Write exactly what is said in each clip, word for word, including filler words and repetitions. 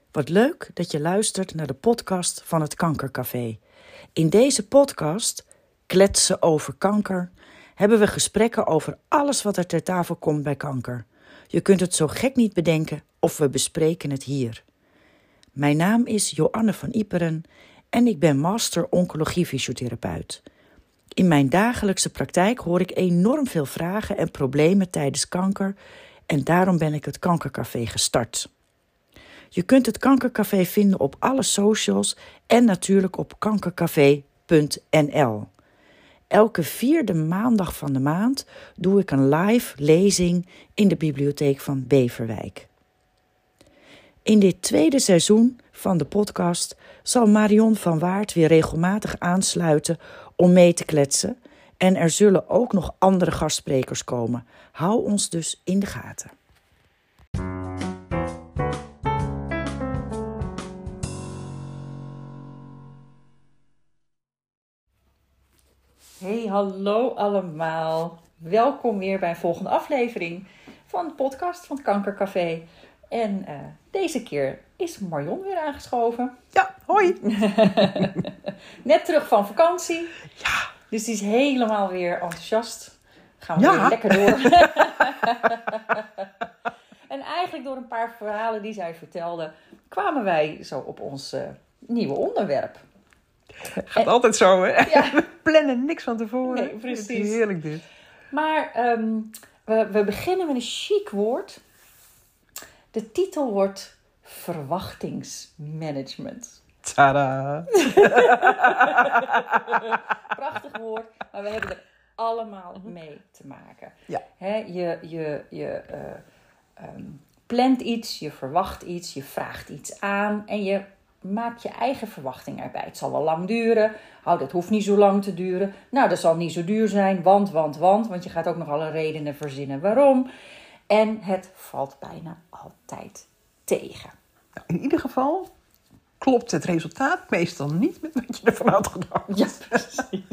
Wat leuk dat je luistert naar de podcast van het Kankercafé. In deze podcast, Kletsen over kanker, hebben we gesprekken over alles wat er ter tafel komt bij kanker. Je kunt het zo gek niet bedenken of we bespreken het hier. Mijn naam is Joanne van Iperen en ik ben master oncologie-fysiotherapeut. In mijn dagelijkse praktijk hoor ik enorm veel vragen en problemen tijdens kanker en daarom ben ik het Kankercafé gestart. Je kunt het Kankercafé vinden op alle socials en natuurlijk op kankercafé punt n l. Elke vierde maandag van de maand doe ik een live lezing in de bibliotheek van Beverwijk. In dit tweede seizoen van de podcast zal Marion van Waart weer regelmatig aansluiten om mee te kletsen. En er zullen ook nog andere gastsprekers komen. Hou ons dus in de gaten. Hey, hallo allemaal. Welkom weer bij een volgende aflevering van de podcast van het Kankercafé. En uh, deze keer is Marion weer aangeschoven. Ja, hoi. Net terug van vakantie. Ja. Dus die is helemaal weer enthousiast. Gaan we Ja. weer lekker door. En eigenlijk door een paar verhalen die zij vertelde, kwamen wij zo op ons uh, nieuwe onderwerp. Gaat en, altijd zo, hè? Ja. We plannen niks van tevoren. Nee, precies. Het is heerlijk dit. Maar um, we, we beginnen met een chic woord. De titel wordt verwachtingsmanagement. Tada! Prachtig woord, maar we hebben er allemaal mee te maken. Ja. He, je je, je uh, um, plant iets, je verwacht iets, je vraagt iets aan en je maakt je eigen verwachting erbij. Het zal wel lang duren. Oh, dat hoeft niet zo lang te duren. Nou, dat zal niet zo duur zijn, want, want, want. Want je gaat ook nog alle redenen verzinnen waarom. En het valt bijna altijd tegen. Nou, in ieder geval klopt het resultaat meestal niet met wat je ervan had gedacht. Ja, precies.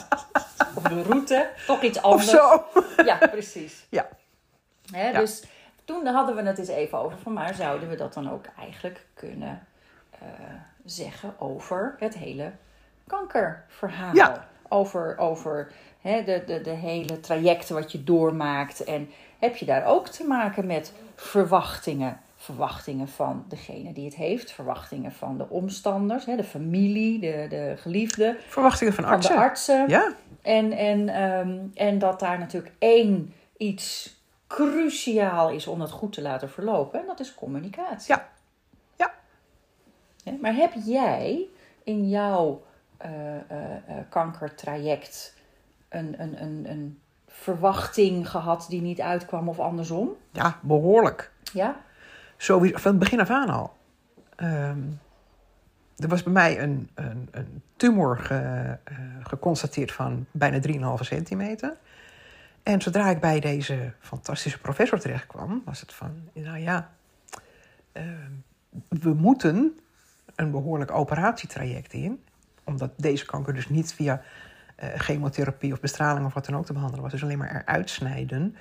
Of de route, toch iets anders. Of zo. Ja, precies. Ja. He, Ja. Dus toen hadden we het eens even over van, maar zouden we dat dan ook eigenlijk kunnen uh, zeggen over het hele kankerverhaal? Ja. Over, over he, de, de, de hele traject wat je doormaakt. En heb je daar ook te maken met verwachtingen? Verwachtingen van degene die het heeft. Verwachtingen van de omstanders. Hè, de familie, de, de geliefde. Verwachtingen van artsen. Van de artsen. Ja. En, en, um, en dat daar natuurlijk één iets cruciaal is om dat goed te laten verlopen. En dat is communicatie. Ja. Ja. Ja, maar heb jij in jouw uh, uh, uh, kankertraject een, een, een, een verwachting gehad die niet uitkwam of andersom? Ja, behoorlijk. Ja? Sowieso, van het begin af aan al. Um, er was bij mij een, een, een tumor ge, uh, geconstateerd van bijna drie komma vijf centimeter. En zodra ik bij deze fantastische professor terecht kwam, was het van, nou ja, uh, we moeten een behoorlijk operatietraject in. Omdat deze kanker dus niet via uh, chemotherapie of bestraling of wat dan ook te behandelen was. Dus alleen maar eruit snijden.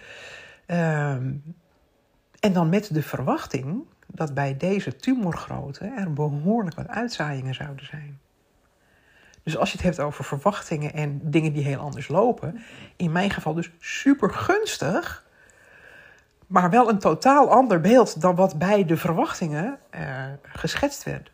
Um, En dan met de verwachting dat bij deze tumorgrootte er behoorlijk wat uitzaaiingen zouden zijn. Dus als je het hebt over verwachtingen en dingen die heel anders lopen, in mijn geval dus super gunstig, maar wel een totaal ander beeld dan wat bij de verwachtingen uh, geschetst werd.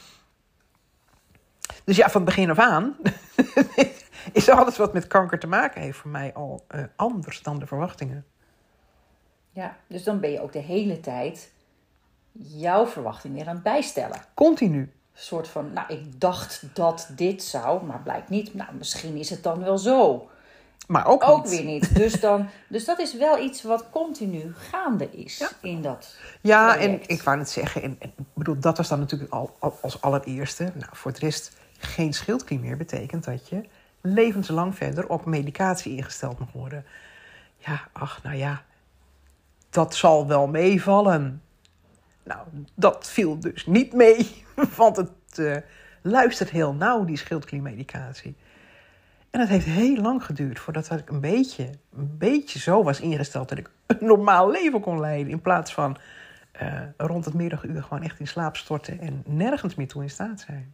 Dus ja, van het begin af aan is alles wat met kanker te maken heeft voor mij al uh, anders dan de verwachtingen. Ja, dus dan ben je ook de hele tijd jouw verwachting weer aan het bijstellen. Continu. Een soort van, nou, ik dacht dat dit zou, maar blijkt niet. Nou, misschien is het dan wel zo. Maar ook, ook niet. weer niet. Dus, dan, dus dat is wel iets wat continu gaande is ja. in dat Ja, project. En ik wou het zeggen, en, en, bedoel, dat was dan natuurlijk al, al als allereerste. Nou, voor het rest geen schildklier meer betekent dat je levenslang verder op medicatie ingesteld mag worden. Ja, ach, nou ja, dat zal wel meevallen. Nou, dat viel dus niet mee, want het uh, luistert heel nauw, die schildkliermedicatie. En het heeft heel lang geduurd voordat ik een beetje, een beetje zo was ingesteld dat ik een normaal leven kon leiden. In plaats van uh, rond het middaguur gewoon echt in slaap storten en nergens meer toe in staat zijn.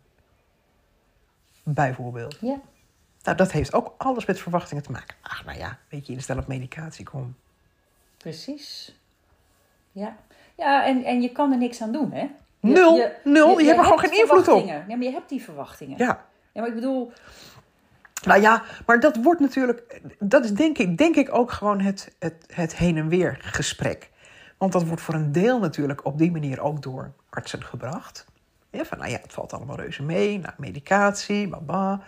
Bijvoorbeeld. Ja. Nou, dat heeft ook alles met verwachtingen te maken. Ach, nou ja, weet je, in stel op medicatie kom. Precies. Ja, ja en, en je kan er niks aan doen, hè? Je, nul, je, nul. Je, je, je hebt er gewoon geen invloed op. Ja, maar je hebt die verwachtingen. Ja. Ja, maar ik bedoel... Nou ja, maar dat wordt natuurlijk... Dat is denk ik, denk ik ook gewoon het, het, het heen en weer gesprek. Want dat wordt voor een deel natuurlijk op die manier ook door artsen gebracht. Ja, van, nou ja, het valt allemaal reuze mee. Nou, medicatie, baba.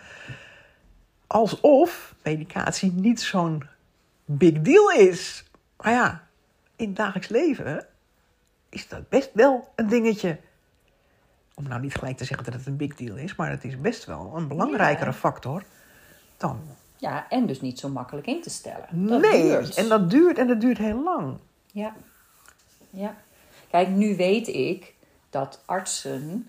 Alsof medicatie niet zo'n big deal is. Maar ja, in het dagelijks leven is dat best wel een dingetje. Om nou niet gelijk te zeggen dat het een big deal is, maar het is best wel een belangrijkere ja. factor dan... Ja, en dus niet zo makkelijk in te stellen. Dat nee, duurt. en dat duurt en dat duurt heel lang. Ja. Ja. Kijk, nu weet ik dat artsen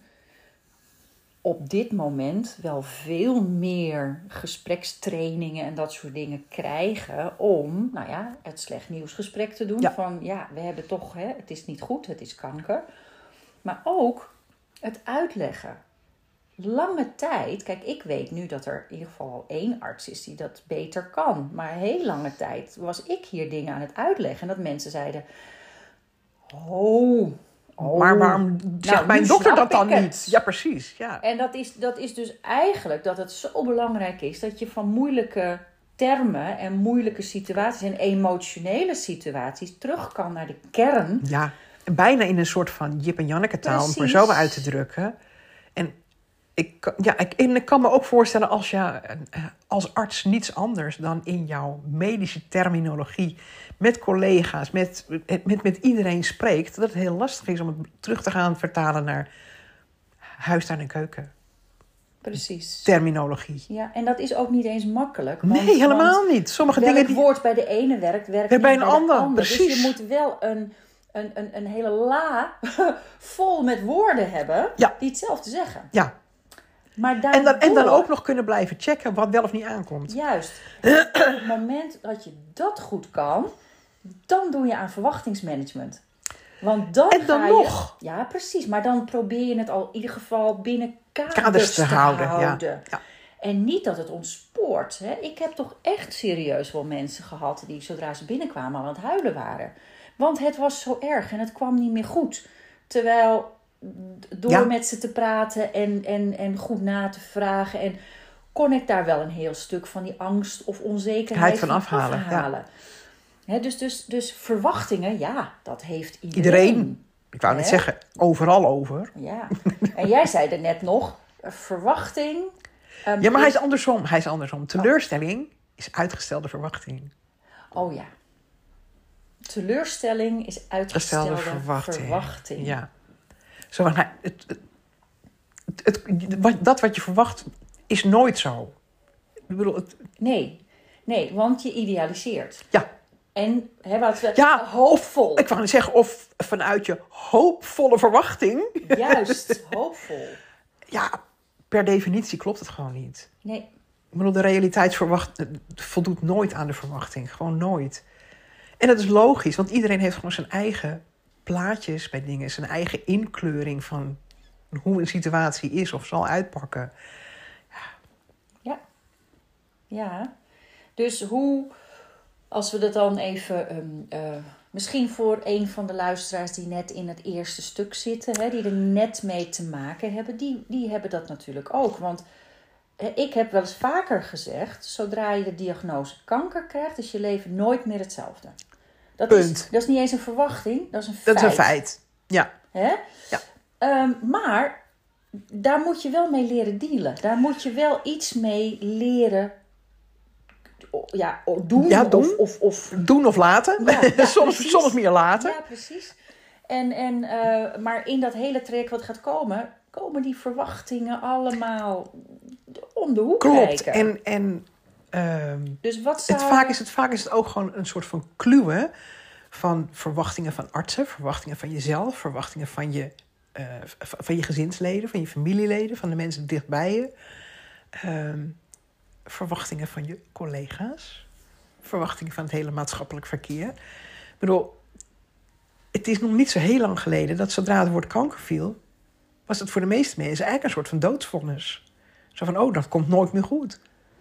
op dit moment wel veel meer gesprekstrainingen en dat soort dingen krijgen om, nou ja, het slecht nieuwsgesprek te doen. Ja. Van, ja, we hebben toch, hè, het is niet goed, het is kanker. Maar ook het uitleggen. Lange tijd, kijk, ik weet nu dat er in ieder geval al één arts is die dat beter kan. Maar heel lange tijd was ik hier dingen aan het uitleggen. En dat mensen zeiden, oh... Oh, maar waarom zegt nou, mijn dokter dat dan het. niet? Ja, precies. Ja. En dat is, dat is dus eigenlijk dat het zo belangrijk is dat je van moeilijke termen en moeilijke situaties en emotionele situaties terug kan naar de kern. Ja, bijna in een soort van Jip en Janneke taal, om het maar zo uit te drukken. En ik, ja, ik, en ik kan me ook voorstellen als je als arts niets anders dan in jouw medische terminologie met collega's, met, met, met iedereen spreekt, dat het heel lastig is om het terug te gaan vertalen naar huistuin en keuken. Precies. Terminologie. Ja, en dat is ook niet eens makkelijk. Want, nee, helemaal want niet. Sommige welk dingen die... woord bij de ene werkt, werkt bij niet een bij ander. de ander. Precies. Dus je moet wel een, een, een, een hele la vol met woorden hebben ja. die hetzelfde zeggen. Ja. Maar en, dan, en dan ook nog kunnen blijven checken wat wel of niet aankomt. Juist. Op het moment dat je dat goed kan, dan doe je aan verwachtingsmanagement. Want dan en dan ga nog. Je, ja, precies. Maar dan probeer je het al in ieder geval binnen kaders, kaders te, te houden. houden. Ja. Ja. En niet dat het ontspoort. Hè. Ik heb toch echt serieus wel mensen gehad die zodra ze binnenkwamen al aan het huilen waren. Want het was zo erg en het kwam niet meer goed. Terwijl door ja. met ze te praten en, en, en goed na te vragen. En kon ik daar wel een heel stuk van die angst of onzekerheid van afhalen. afhalen. Ja. He, dus, dus, dus verwachtingen, ja, dat heeft iedereen. Iedereen. Ik wou net zeggen, overal over. Ja. En jij zei er net nog, verwachting... Um, ja, maar is... hij is andersom. Hij is andersom. Teleurstelling oh. is uitgestelde verwachting. Oh ja. Teleurstelling is uitgestelde verwachting. verwachting. Ja. Zo van, het, het, het, het, wat, dat wat je verwacht is nooit zo. Ik bedoel, het... Nee, nee, want je idealiseert. Ja. En hè, wat we, ja, hoopvol. Of, ik wou niet zeggen, of vanuit je hoopvolle verwachting. Juist, hoopvol. Ja, per definitie klopt het gewoon niet. Nee. Ik bedoel, de realiteit verwacht, voldoet nooit aan de verwachting. Gewoon nooit. En dat is logisch, want iedereen heeft gewoon zijn eigen plaatjes bij dingen. Zijn eigen inkleuring van hoe een situatie is of zal uitpakken. Ja. Ja. Ja. Dus hoe, als we dat dan even... Um, uh, misschien voor een van de luisteraars die net in het eerste stuk zitten, hè, die er net mee te maken hebben, die, die hebben dat natuurlijk ook. Want hè, ik heb wel eens vaker gezegd, zodra je de diagnose kanker krijgt, is je leven nooit meer hetzelfde. Dat Punt. Is, dat is niet eens een verwachting, dat is een feit. Dat is een feit, ja. Hè? Ja. Um, maar daar moet je wel mee leren dealen. Daar moet je wel iets mee leren Ja, doen, ja, doen. Of, of, of... doen of laten. Ja, ja, soms, soms meer laten. Ja, precies. En, en, uh, maar in dat hele traject wat gaat komen, komen die verwachtingen allemaal om de hoek Klopt. kijken. En, en uh, dus wat zou... het, vaak, is het, vaak is het ook gewoon een soort van kluwen van verwachtingen van artsen, verwachtingen van jezelf, verwachtingen van je, uh, van je gezinsleden, van je familieleden, van de mensen dichtbij je. Uh, verwachtingen van je collega's. Verwachtingen van het hele maatschappelijk verkeer. Ik bedoel, het is nog niet zo heel lang geleden dat zodra het woord kanker viel, was het voor de meeste mensen eigenlijk een soort van doodsvonnis. Zo van, oh, dat komt nooit meer goed.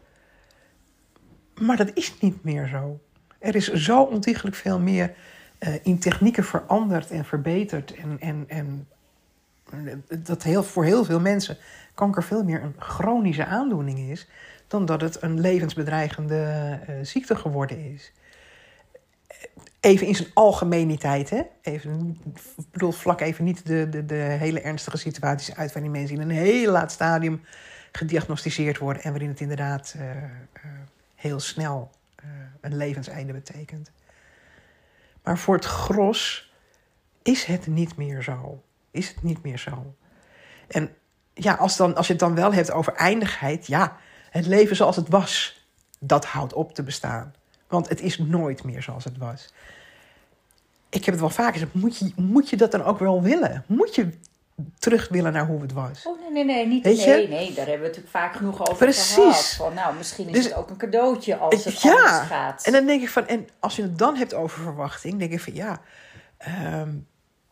Maar dat is niet meer zo. Er is zo ontiegelijk veel meer uh, in technieken veranderd en verbeterd. En, en, en dat heel, voor heel veel mensen kanker veel meer een chronische aandoening is dan dat het een levensbedreigende uh, ziekte geworden is. Even in zijn algemeniteit, hè? Even, ik bedoel, vlak even niet de, de, de hele ernstige situaties uit waarin mensen in een heel laat stadium gediagnosticeerd worden en waarin het inderdaad uh, uh, heel snel uh, een levenseinde betekent. Maar voor het gros is het niet meer zo. Is het niet meer zo. En ja, als, dan, als je het dan wel hebt over eindigheid, ja, het leven zoals het was, dat houdt op te bestaan. Want het is nooit meer zoals het was. Ik heb het wel vaker gezegd, moet je, moet je dat dan ook wel willen? Moet je terug willen naar hoe het was? Oh, nee, nee, nee. Niet, Weet je? nee, nee, daar hebben we natuurlijk vaak genoeg over Precies. gehad. Van, nou, misschien is Dus, het ook een cadeautje als het ja, anders gaat. En dan denk ik van, en als je het dan hebt over verwachting, denk ik van ja, um,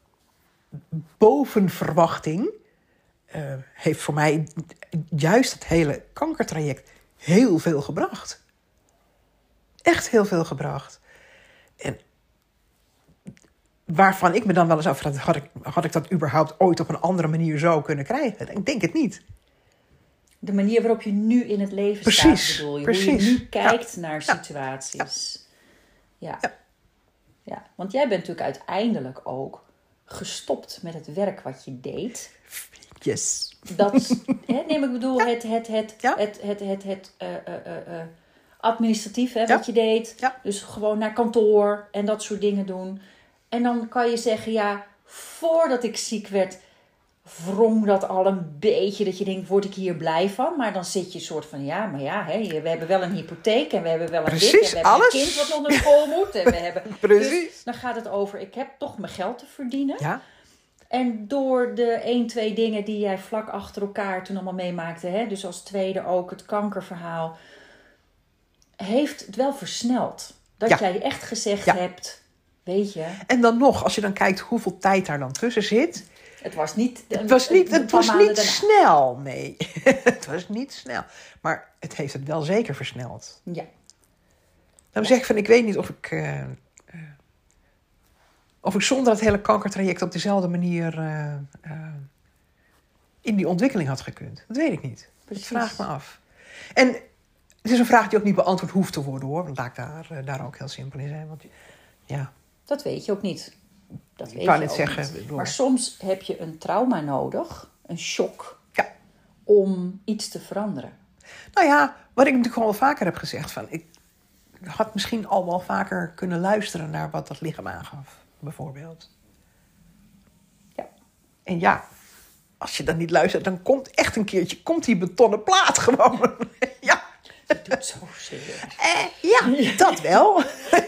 boven verwachting uh, heeft voor mij juist het hele kankertraject heel veel gebracht. Echt heel veel gebracht. En waarvan ik me dan wel eens afvraag, had ik, had ik dat überhaupt ooit op een andere manier zo kunnen krijgen? Ik denk het niet. De manier waarop je nu in het leven precies, staat, bedoel je? Precies. Hoe je nu kijkt ja. naar situaties. Ja. Ja. Ja. ja. Want jij bent natuurlijk uiteindelijk ook gestopt met het werk wat je deed. Yes. Dat, hè, neem ik bedoel, ja. het, het, het, ja. het, het, het, het uh, uh, uh, administratief, hè, ja. wat je deed. Ja. Dus gewoon naar kantoor en dat soort dingen doen. En dan kan je zeggen, ja, voordat ik ziek werd, wrong dat al een beetje. Dat je denkt, word ik hier blij van? Maar dan zit je soort van, ja, maar ja, hè, we hebben wel een hypotheek en we hebben wel een Precies, dit. En we hebben alles. een kind wat nog naar school moet. En we hebben, Precies. Dus dan gaat het over, ik heb toch mijn geld te verdienen. Ja. En door de één, twee dingen die jij vlak achter elkaar toen allemaal meemaakte, hè, dus als tweede ook het kankerverhaal, heeft het wel versneld. Dat Ja. jij echt gezegd ja. hebt, weet je. En dan nog, als je dan kijkt hoeveel tijd daar dan tussen zit. Het was niet, Het was niet, een het paar was maanden niet daarna. snel, nee. Het was niet snel. Maar het heeft het wel zeker versneld. Ja. Dan zeg ik van, ik weet niet of ik... Uh, uh, of ik zonder het hele kankertraject op dezelfde manier uh, uh, in die ontwikkeling had gekund. Dat weet ik niet. Precies. Dat vraag ik me af. En het is een vraag die ook niet beantwoord hoeft te worden, hoor. Want laat ik daar, uh, daar ook heel simpel in zijn. Want ja... Dat weet je ook niet. Dat weet Ik wou je net ook zeggen, niet. bedoel- Maar soms heb je een trauma nodig, een shock, Ja. om iets te veranderen. Nou ja, wat ik natuurlijk al wel vaker heb gezegd. Van, ik had misschien al wel vaker kunnen luisteren naar wat dat lichaam aangaf. Bijvoorbeeld. Ja. En ja, als je dan niet luistert, dan komt echt een keertje komt die betonnen plaat gewoon. Ja. Je doet zo zeer. Eh, ja, dat wel.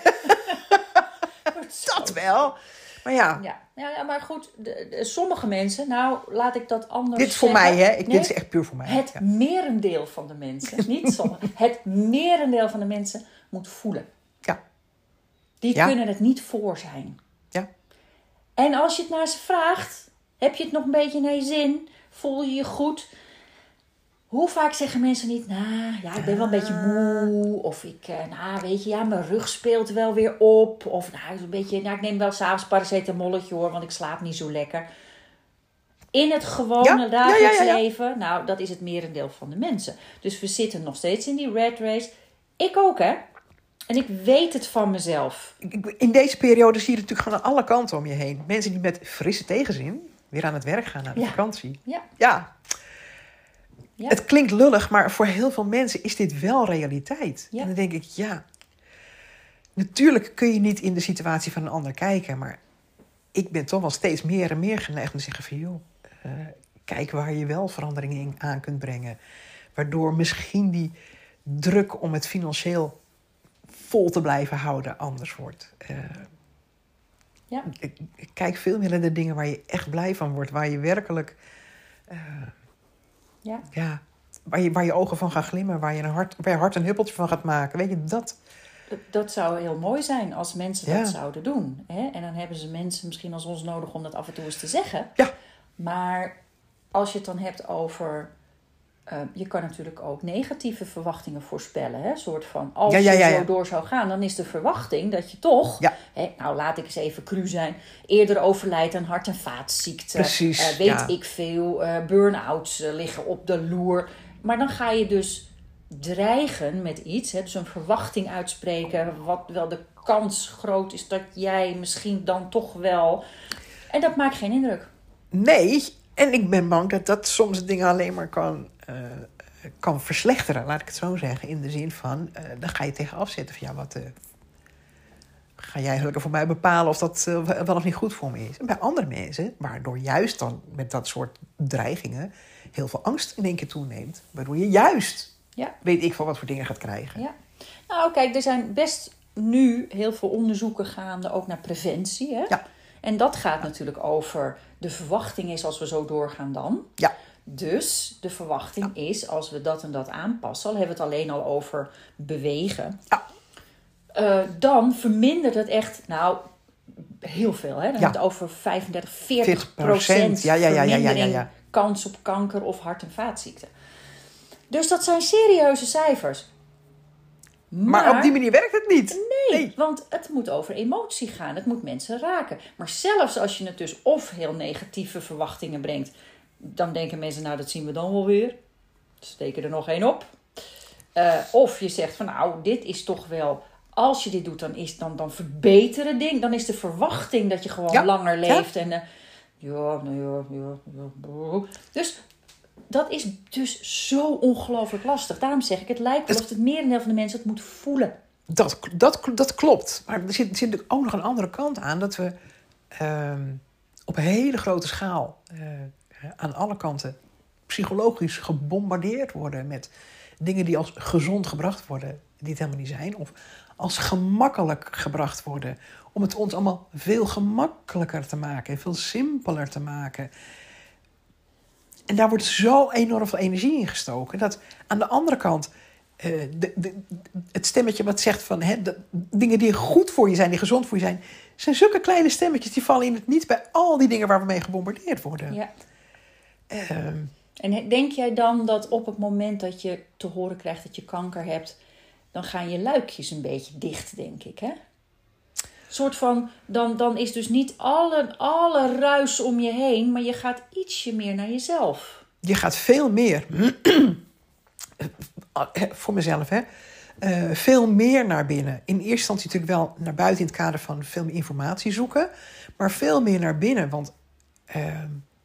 Dat wel. Maar ja, Ja, ja, ja, maar goed, de, de- sommige mensen, nou laat ik dat anders dit is voor zeggen. mij, hè. Ik, Nee, dit is echt puur voor mij. Het Ja. merendeel van de mensen, niet sommige, het merendeel van de mensen moet voelen. Ja. Die Ja. kunnen het niet voor zijn. Ja. En als je het naar ze vraagt, heb je het nog een beetje naar je zin? Voel je je goed? Hoe vaak zeggen mensen niet, nou ja, ik ben wel een beetje moe. Of ik, eh, nou weet je, ja, mijn rug speelt wel weer op. Of nou, een beetje, nou, ik neem wel s'avonds paracetamolletje hoor, want ik slaap niet zo lekker. In het gewone Ja, dagelijks ja, ja, ja. leven, nou, dat is het merendeel van de mensen. Dus we zitten nog steeds in die rat race. Ik ook, hè. En ik weet het van mezelf. Ik- In deze periode zie je het natuurlijk gewoon aan alle kanten om je heen. Mensen die met frisse tegenzin weer aan het werk gaan, naar de Ja. vakantie. Ja. Ja, Ja. het klinkt lullig, maar voor heel veel mensen is dit wel realiteit. Ja. En dan denk ik, ja, natuurlijk kun je niet in de situatie van een ander kijken, maar ik ben toch wel steeds meer en meer geneigd om te zeggen van, joh, uh, kijk waar je wel veranderingen in aan kunt brengen. Waardoor misschien die druk om het financieel vol te blijven houden anders wordt. Uh, Ja. ik, ik kijk veel meer naar de dingen waar je echt blij van wordt, waar je werkelijk... Uh, Ja. Ja, waar je, waar je ogen van gaan glimmen, waar je, een hart, waar je hart een huppeltje van gaat maken. Weet je, dat, Dat zou heel mooi zijn als mensen Ja. dat zouden doen. Hè? En dan hebben ze mensen misschien als ons nodig om dat af en toe eens te zeggen. Ja. Maar als je het dan hebt over... Uh, je kan natuurlijk ook negatieve verwachtingen voorspellen. Hè? Een soort van, als Ja, ja, ja, je ja. zo door zou gaan, dan is de verwachting dat je toch... Ja. Hè, nou, laat ik eens even cru zijn. Eerder overlijdt aan hart- en vaatziekten. Precies, Uh, weet ja. ik veel. Uh, burn-outs uh, liggen op de loer. Maar dan ga je dus dreigen met iets. Hè? Dus een verwachting uitspreken. Wat wel de kans groot is dat jij misschien dan toch wel... En dat maakt geen indruk. Nee, en ik ben bang dat dat soms dingen alleen maar kan, uh, kan verslechteren. Laat ik het zo zeggen. In de zin van, uh, dan ga je tegen afzetten van ja, wat... Uh, ga jij gelukkig voor mij bepalen of dat uh, wel of niet goed voor me is. En bij andere mensen, waardoor juist dan met dat soort dreigingen... heel veel angst in één keer toeneemt. Waardoor je juist, Ja. weet ik van wat voor dingen gaat krijgen. Ja. Nou, kijk, er zijn best nu heel veel onderzoeken gaande ook naar preventie. Hè? Ja. En dat gaat natuurlijk over de verwachting is als we zo doorgaan dan. Ja. Dus de verwachting ja. is als we dat en dat aanpassen, al hebben we het alleen al over bewegen. Ja. Uh, dan vermindert het echt, nou, heel veel. Hè? Dan ja. hebben we het over vijfendertig, veertig procent ja, ja, ja, ja, vermindering ja, ja, ja. kans op kanker of hart- en vaatziekten. Dus dat zijn serieuze cijfers. Maar, maar op die manier werkt het niet. Nee, nee, want het moet over emotie gaan. Het moet mensen raken. Maar zelfs als je het dus of heel negatieve verwachtingen brengt... dan denken mensen, nou, dat zien we dan wel weer. Steken er nog één op. Uh, of je zegt van, nou, dit is toch wel... Als je dit doet, dan, is, dan, dan verbeteren dingen. Dan is de verwachting dat je gewoon ja. langer leeft. Ja. En uh, ja, nou ja, ja, ja. Dus... Dat is dus zo ongelooflijk lastig. Daarom zeg ik, het lijkt wel of het merendeel van de mensen het moet voelen. Dat, dat, dat klopt. Maar er zit, er zit ook nog een andere kant aan. Dat we uh, op een hele grote schaal uh, aan alle kanten psychologisch gebombardeerd worden met dingen die als gezond gebracht worden, die het helemaal niet zijn. Of als gemakkelijk gebracht worden. Om het ons allemaal veel gemakkelijker te maken. Veel simpeler te maken. En daar wordt zo enorm veel energie in gestoken. Dat aan de andere kant uh, de, de, het stemmetje wat zegt van... Hè, de, dingen die goed voor je zijn, die gezond voor je zijn... zijn zulke kleine stemmetjes, die vallen in het niet bij al die dingen waar we mee gebombardeerd worden. Ja. Uh, en denk jij dan dat op het moment dat je te horen krijgt dat je kanker hebt... dan gaan je luikjes een beetje dicht, denk ik, hè? Soort van, dan, dan is dus niet alle, alle ruis om je heen, maar je gaat ietsje meer naar jezelf. Je gaat veel meer, voor mezelf, hè, uh, veel meer naar binnen. In eerste instantie natuurlijk wel naar buiten in het kader van veel meer informatie zoeken, maar veel meer naar binnen. Want uh,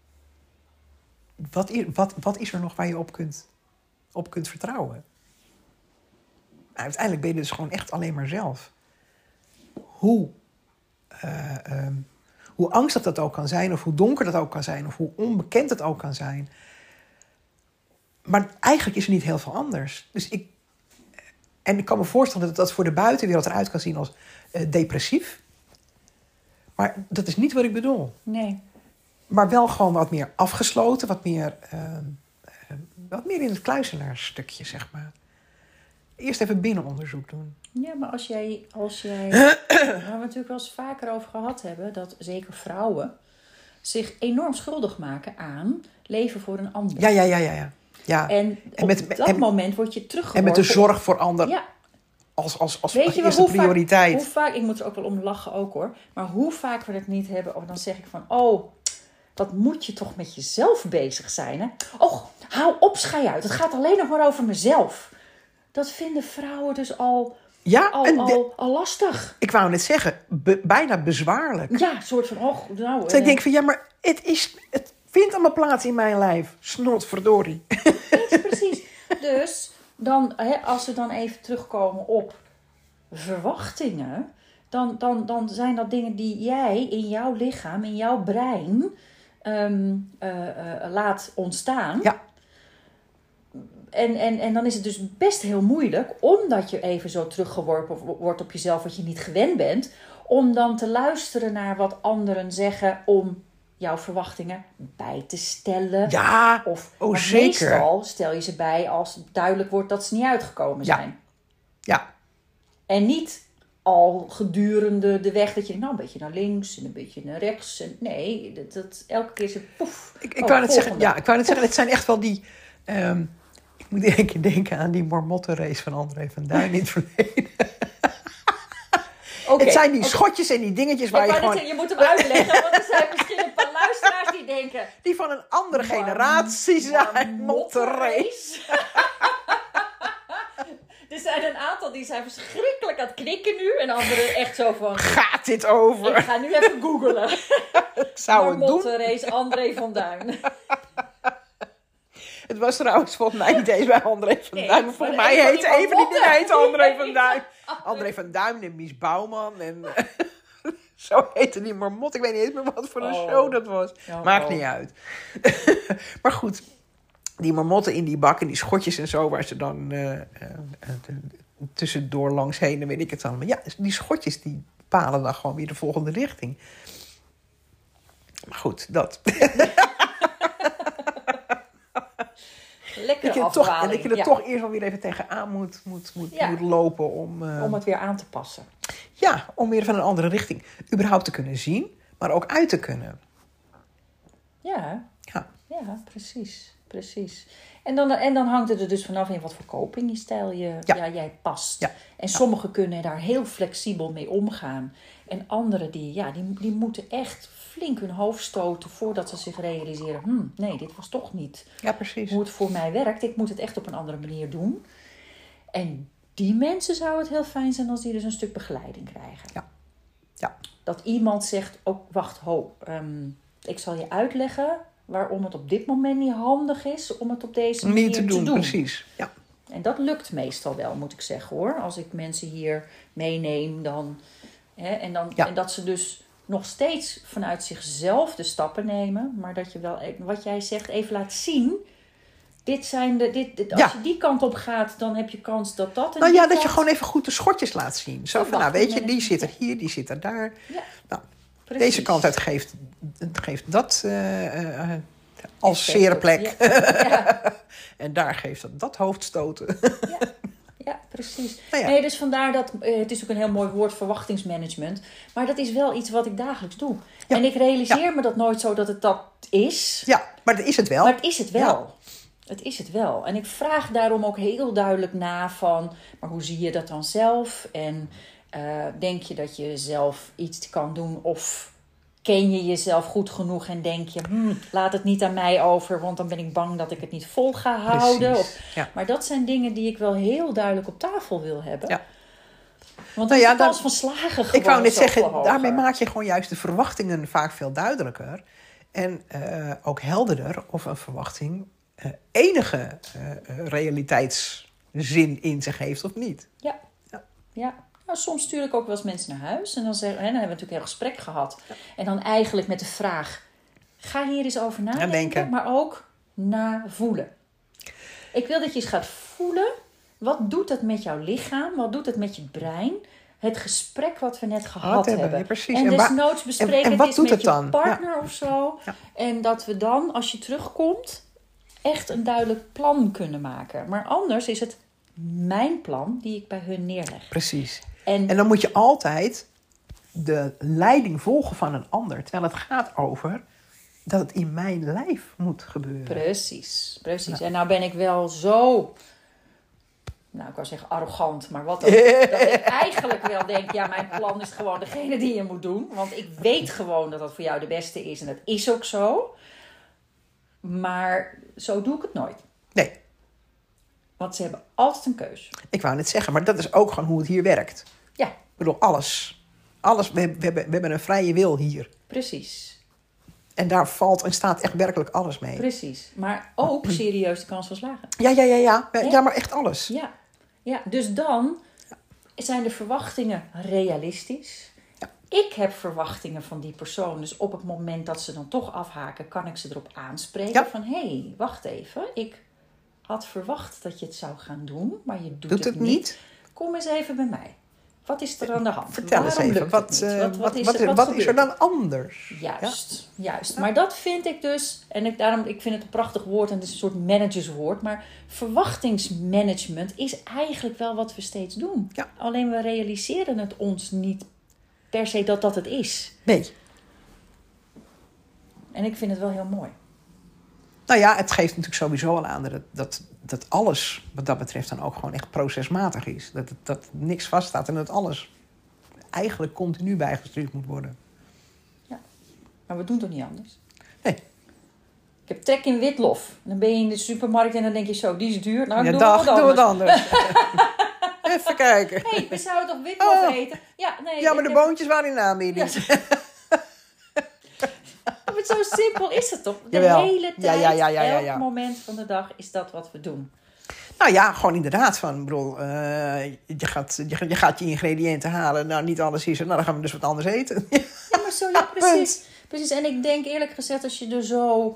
wat, wat, wat is er nog waar je op kunt, op kunt vertrouwen? Maar uiteindelijk ben je dus gewoon echt alleen maar zelf. Hoe, uh, um, hoe angstig dat ook kan zijn, of hoe donker dat ook kan zijn, of hoe onbekend het ook kan zijn. Maar eigenlijk is er niet heel veel anders. Dus ik, en ik kan me voorstellen dat dat voor de buitenwereld eruit kan zien als uh, depressief. Maar dat is niet wat ik bedoel. Nee. Maar wel gewoon wat meer afgesloten, wat meer, uh, uh, wat meer in het kluizenaarstukje, zeg maar. Eerst even binnenonderzoek doen. Ja, maar als jij, als jij waar we natuurlijk wel eens vaker over gehad hebben, dat zeker vrouwen zich enorm schuldig maken aan leven voor een ander. Ja, ja, ja, ja. ja. ja. En, en met, op dat en, moment word je teruggeworpen. En met de zorg voor anderen. Ja. Als, als, als, Weet als je eerste hoe prioriteit. Vaak, hoe vaak, ik moet er ook wel om lachen ook hoor. Maar hoe vaak we het niet hebben, of dan zeg ik van, oh, wat moet je toch met jezelf bezig zijn, hè? Oh, hou op, schei uit. Het gaat alleen nog maar over mezelf. Dat vinden vrouwen dus al, ja, al, en de, al, al lastig. Ik wou net zeggen, be, bijna bezwaarlijk. Ja, een soort van, oh, nou... Dus uh, ik denk van, ja, maar het, is, het vindt allemaal plaats in mijn lijf. Snotverdorie. Precies, precies. Dus, dan, hè, als we dan even terugkomen op verwachtingen... Dan, dan, dan zijn dat dingen die jij in jouw lichaam, in jouw brein... Um, uh, uh, laat ontstaan... Ja. En, en, en dan is het dus best heel moeilijk, omdat je even zo teruggeworpen wordt op jezelf wat je niet gewend bent, om dan te luisteren naar wat anderen zeggen om jouw verwachtingen bij te stellen. Ja, of oh, zeker. Meestal stel je ze bij als duidelijk wordt dat ze niet uitgekomen zijn. Ja, En niet al gedurende de weg dat je nou een beetje naar links en een beetje naar rechts. En, nee, dat, dat elke keer zo poef. Ik, ik oh, wou net zeggen, volgende. ja, ik wou net zeggen, het zijn echt wel die... Um, ik moet een keer denken aan die marmottenrace van André van Duin in het verleden. Okay, het zijn die okay. schotjes en die dingetjes waar ik je gewoon... Het, je moet hem uitleggen, want er zijn misschien een paar luisteraars die denken... Die van een andere Mar- generatie zijn. Marmottenrace. Er zijn een aantal die zijn verschrikkelijk aan het knikken nu. En anderen echt zo van... Gaat dit over? Ik ga nu even googlen. Ik zou het doen. Marmottenrace André van Duin. Het was trouwens volgens mij niet eens bij André van Nee, Duin. Maar volgens mij een van heet die even die dingen heet André marmotten. van Duin. André van Duin en Mies Bouwman. En zo heette die marmot. Ik weet niet eens meer wat voor een Oh. show dat was. Oh, Maakt oh. niet uit. Maar goed. Die marmotten in die bak en die schotjes en zo. Waar ze dan uh, uh, uh, tussendoor langs heen en weet ik het allemaal. Ja, die schotjes die bepalen dan gewoon weer de volgende richting. Maar goed, dat... Lekker dat je er, afdwaling. toch, dat je er ja. toch eerst wel weer even tegenaan moet, moet, moet, Ja. moet lopen om... Uh, Om het weer aan te passen. Ja, om weer van een andere richting überhaupt te kunnen zien, maar ook uit te kunnen. Ja, Ja, ja precies. precies. En dan, en dan hangt het er dus vanaf in wat voor copingstijl je, Ja. ja, jij past. Ja. En sommigen kunnen daar heel flexibel mee omgaan. En anderen die, ja, die, die moeten echt flink hun hoofd stoten voordat ze zich realiseren... Hm, nee, dit was toch niet ja precies. hoe het voor mij werkt. Ik moet het echt op een andere manier doen. En die mensen zou het heel fijn zijn als die dus een stuk begeleiding krijgen. Ja. Ja. Dat iemand zegt, oh, wacht, ho, um, ik zal je uitleggen waarom het op dit moment niet handig is om het op deze manier Niet te doen, te doen. precies. Ja. En dat lukt meestal wel, moet ik zeggen hoor. Als ik mensen hier meeneem, dan... Hè, en, dan Ja. en dat ze dus nog steeds vanuit zichzelf de stappen nemen. Maar dat je wel, wat jij zegt, even laat zien... Dit zijn de, dit, dit, als Ja. je die kant op gaat, dan heb je kans dat dat... En Nou die ja, dat je kant- gewoon even goed de schotjes laat zien. Zo van, nou weet je, die zit er hier, die zit er daar. Ja, Nou, precies. deze kant uit geeft, geeft dat uh, uh, als Effect, zere plek. Ja. Ja. En daar geeft dat, dat hoofdstoten. Ja, ja, precies. Nou ja. Nee, dus vandaar dat, uh, het is ook een heel mooi woord, verwachtingsmanagement. Maar dat is wel iets wat ik dagelijks doe. Ja. En ik realiseer Ja. me dat nooit zo dat het dat is. Ja, maar dat is het wel. Maar het is het wel. Ja. Het is het wel. En ik vraag daarom ook heel duidelijk na van... maar hoe zie je dat dan zelf? En uh, denk je dat je zelf iets kan doen? Of ken je jezelf goed genoeg en denk je... Hm, laat het niet aan mij over, want dan ben ik bang dat ik het niet vol ga houden. Precies, Of, ja. Maar dat zijn dingen die ik wel heel duidelijk op tafel wil hebben. Ja. Want dan Nou is ja, de kans dan- van slagen gewoon Ik wou net zoveel zeggen, hoger. daarmee maak je gewoon juist de verwachtingen vaak veel duidelijker. En uh, ook helderder of een verwachting uh, enige uh, realiteitszin in zich heeft of niet. Ja, Ja. ja. Nou, soms stuur ik ook wel eens mensen naar huis. En dan, zeggen, hè, dan hebben we natuurlijk een heel gesprek gehad. Ja. En dan eigenlijk met de vraag... Ga hier eens over nadenken, denken. maar ook navoelen. Ik wil dat je eens gaat voelen... Wat doet het met jouw lichaam? Wat doet het met je brein? Het gesprek wat we net gehad Wat hebben, hebben. ja, precies. En En wa- desnoods bespreken en- en het wat eens doet met het je dan? partner of zo. Ja. En dat we dan, als je terugkomt... echt een duidelijk plan kunnen maken. Maar anders is het mijn plan die ik bij hun neerleg. Precies. En, En dan moet je altijd de leiding volgen van een ander. Terwijl het gaat over dat het in mijn lijf moet gebeuren. Precies, precies. Ja. En nou ben ik wel zo... Nou, ik wou zeggen arrogant, maar wat dan? Dat ik eigenlijk wel denk, ja, mijn plan is gewoon degene die je moet doen. Want ik weet gewoon dat dat voor jou de beste is. En dat is ook zo. Maar zo doe ik het nooit. Nee, Want ze hebben altijd een keus. ik wou net zeggen, maar dat is ook gewoon hoe het hier werkt. Ja, Ik bedoel, alles. alles we, we, hebben, we hebben een vrije wil hier. precies. En daar valt en staat echt werkelijk alles mee. Precies. Maar ook serieus de kans van slagen. Ja, ja, ja, ja. Ja, Ja. ja maar echt alles. Ja, ja, dus dan zijn de verwachtingen realistisch. Ja. Ik heb verwachtingen van die persoon. Dus op het moment dat ze dan toch afhaken, kan ik ze erop aanspreken. Ja. Van, hé, hey, wacht even. Ik had verwacht dat je het zou gaan doen, maar je doet, Doet het niet? Kom eens even bij mij. Wat is er aan de hand? Vertel Waarom eens even, lukt het wat, niet? uh, wat, wat, wat, is, wat, er, wat, wat is er gebeurt dan anders? Juist, ja? juist. Ja. Maar dat vind ik dus, en ik, daarom, ik vind het een prachtig woord en het is een soort managerswoord, maar verwachtingsmanagement is eigenlijk wel wat we steeds doen. Ja. Alleen we realiseren het ons niet per se dat dat het is. Nee. En ik vind het wel heel mooi. Nou ja, het geeft natuurlijk sowieso al aan dat, dat, dat alles wat dat betreft dan ook gewoon echt procesmatig is. Dat, dat niks vaststaat en dat alles eigenlijk continu bijgestuurd moet worden. Ja, maar we doen toch niet anders? Nee. Ik heb trek in witlof. Dan ben je in de supermarkt en dan denk je zo, die is duur. Nou, ja, doe dag, wat doe anders. wat anders. Even kijken. Hé, hey, we zouden toch witlof Oh. eten? Ja, nee, Ja, maar de heb... boontjes waren in de aanbieding. Ja. Maar zo simpel is het toch? De Jawel. hele tijd, Ja, ja, ja, ja, ja, ja. elk moment van de dag is dat wat we doen. Nou ja, gewoon inderdaad. Van, ik bedoel, uh, je, gaat, je, je gaat je ingrediënten halen. Nou, niet alles is er. Nou, dan gaan we dus wat anders eten. Ja, maar zo, ja, precies. precies. En ik denk eerlijk gezegd, als je er zo...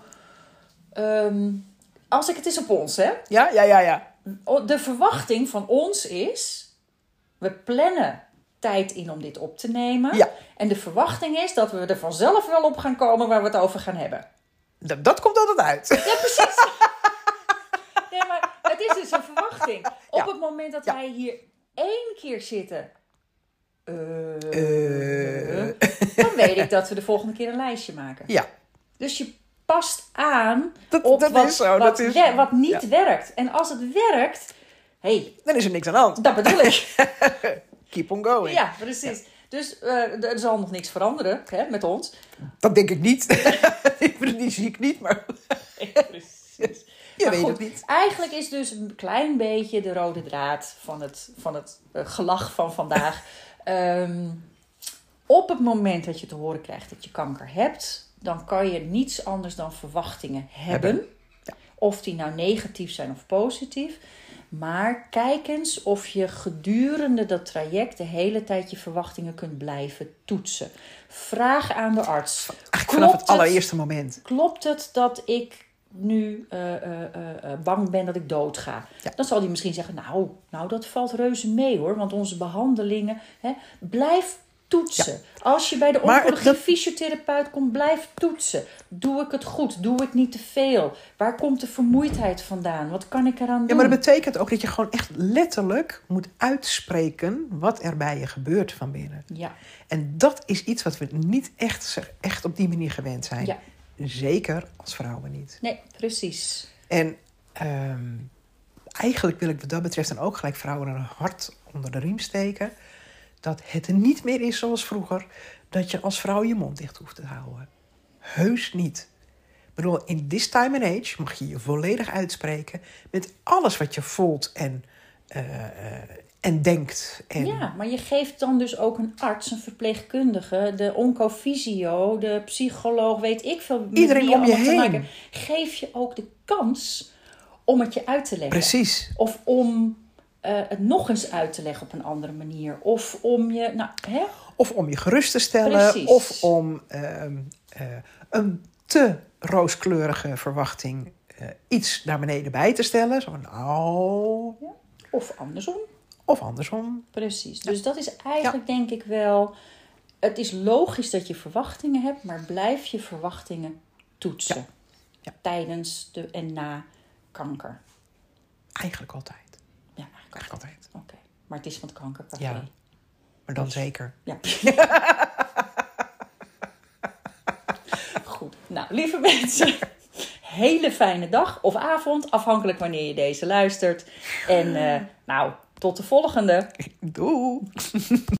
Um, als ik het is op ons, hè. Ja, ja, ja, ja. De verwachting van ons is... We plannen tijd in om dit op te nemen. Ja. En de verwachting is dat we er vanzelf wel op gaan komen waar we het over gaan hebben. Dat, dat komt altijd uit. Ja, precies. Nee, maar het is dus een verwachting. Op Ja. het moment dat Ja. wij hier één keer zitten... Uh, Uh. dan weet ik dat we de volgende keer een lijstje maken. Ja. Dus je past aan Dat, op dat wat, is zo. wat, Dat is, we- wat niet ja. werkt. En als het werkt... Hey, Dan is er niks aan de hand. dat bedoel ik. Keep on going. Ja, precies. Ja. Dus uh, er zal nog niks veranderen hè, met ons. Dat denk ik niet. Die zie ik niet, maar... Precies. Je Maar weet goed, het niet. Eigenlijk is dus een klein beetje de rode draad van het, van het uh, gelach van vandaag. um, op het moment dat je te horen krijgt dat je kanker hebt... dan kan je niets anders dan verwachtingen hebben. Hebben. Ja. Of die nou negatief zijn of positief. Maar kijk eens of je gedurende dat traject de hele tijd je verwachtingen kunt blijven toetsen. Vraag aan de arts. Eigenlijk vanaf het allereerste moment. Klopt het dat ik nu uh, uh, uh, bang ben dat ik doodga? Ja. Dan zal hij misschien zeggen, nou, nou dat valt reuze mee hoor. Want onze behandelingen, hè, blijf toetsen. Ja. Als je bij de oncologie dat... fysiotherapeut komt, blijf toetsen. Doe ik het goed? Doe ik niet te veel? Waar komt de vermoeidheid vandaan? Wat kan ik eraan doen? Ja, maar dat betekent ook dat je gewoon echt letterlijk moet uitspreken wat er bij je gebeurt van binnen. Ja. En dat is iets wat we niet echt, echt op die manier gewend zijn. Ja. Zeker als vrouwen niet. Nee, precies. En um, eigenlijk wil ik wat dat betreft dan ook gelijk vrouwen een hart onder de riem steken. Dat het niet meer is zoals vroeger, dat je als vrouw je mond dicht hoeft te houden. Heus niet. Ik bedoel, in this time and age mag je je volledig uitspreken met alles wat je voelt en, uh, uh, en denkt. En... Ja, maar je geeft dan dus ook een arts, een verpleegkundige, de oncofysio, de psycholoog, weet ik veel. Iedereen om je heen. Maken, geef je ook de kans om het je uit te leggen. Precies. Of om uh, het nog eens uit te leggen op een andere manier. Of om je... Nou, hè? Of om je gerust te stellen. Precies. Of om uh, uh, een te rooskleurige verwachting uh, iets naar beneden bij te stellen. Zo van, nou... Ja. Of andersom. Of andersom. Precies. Dus ja. Dat is eigenlijk ja. denk ik wel... Het is logisch dat je verwachtingen hebt, maar blijf je verwachtingen toetsen. Ja. Ja. Tijdens de en na kanker. Eigenlijk altijd. Ja, eigenlijk, eigenlijk altijd. Oké. Okay. Maar het is van het kankercafé. Ja. Maar dan dus, zeker. Ja. Goed. Nou, lieve mensen. Hele fijne dag of avond. Afhankelijk wanneer je deze luistert. En uh, nou, tot de volgende. Doei.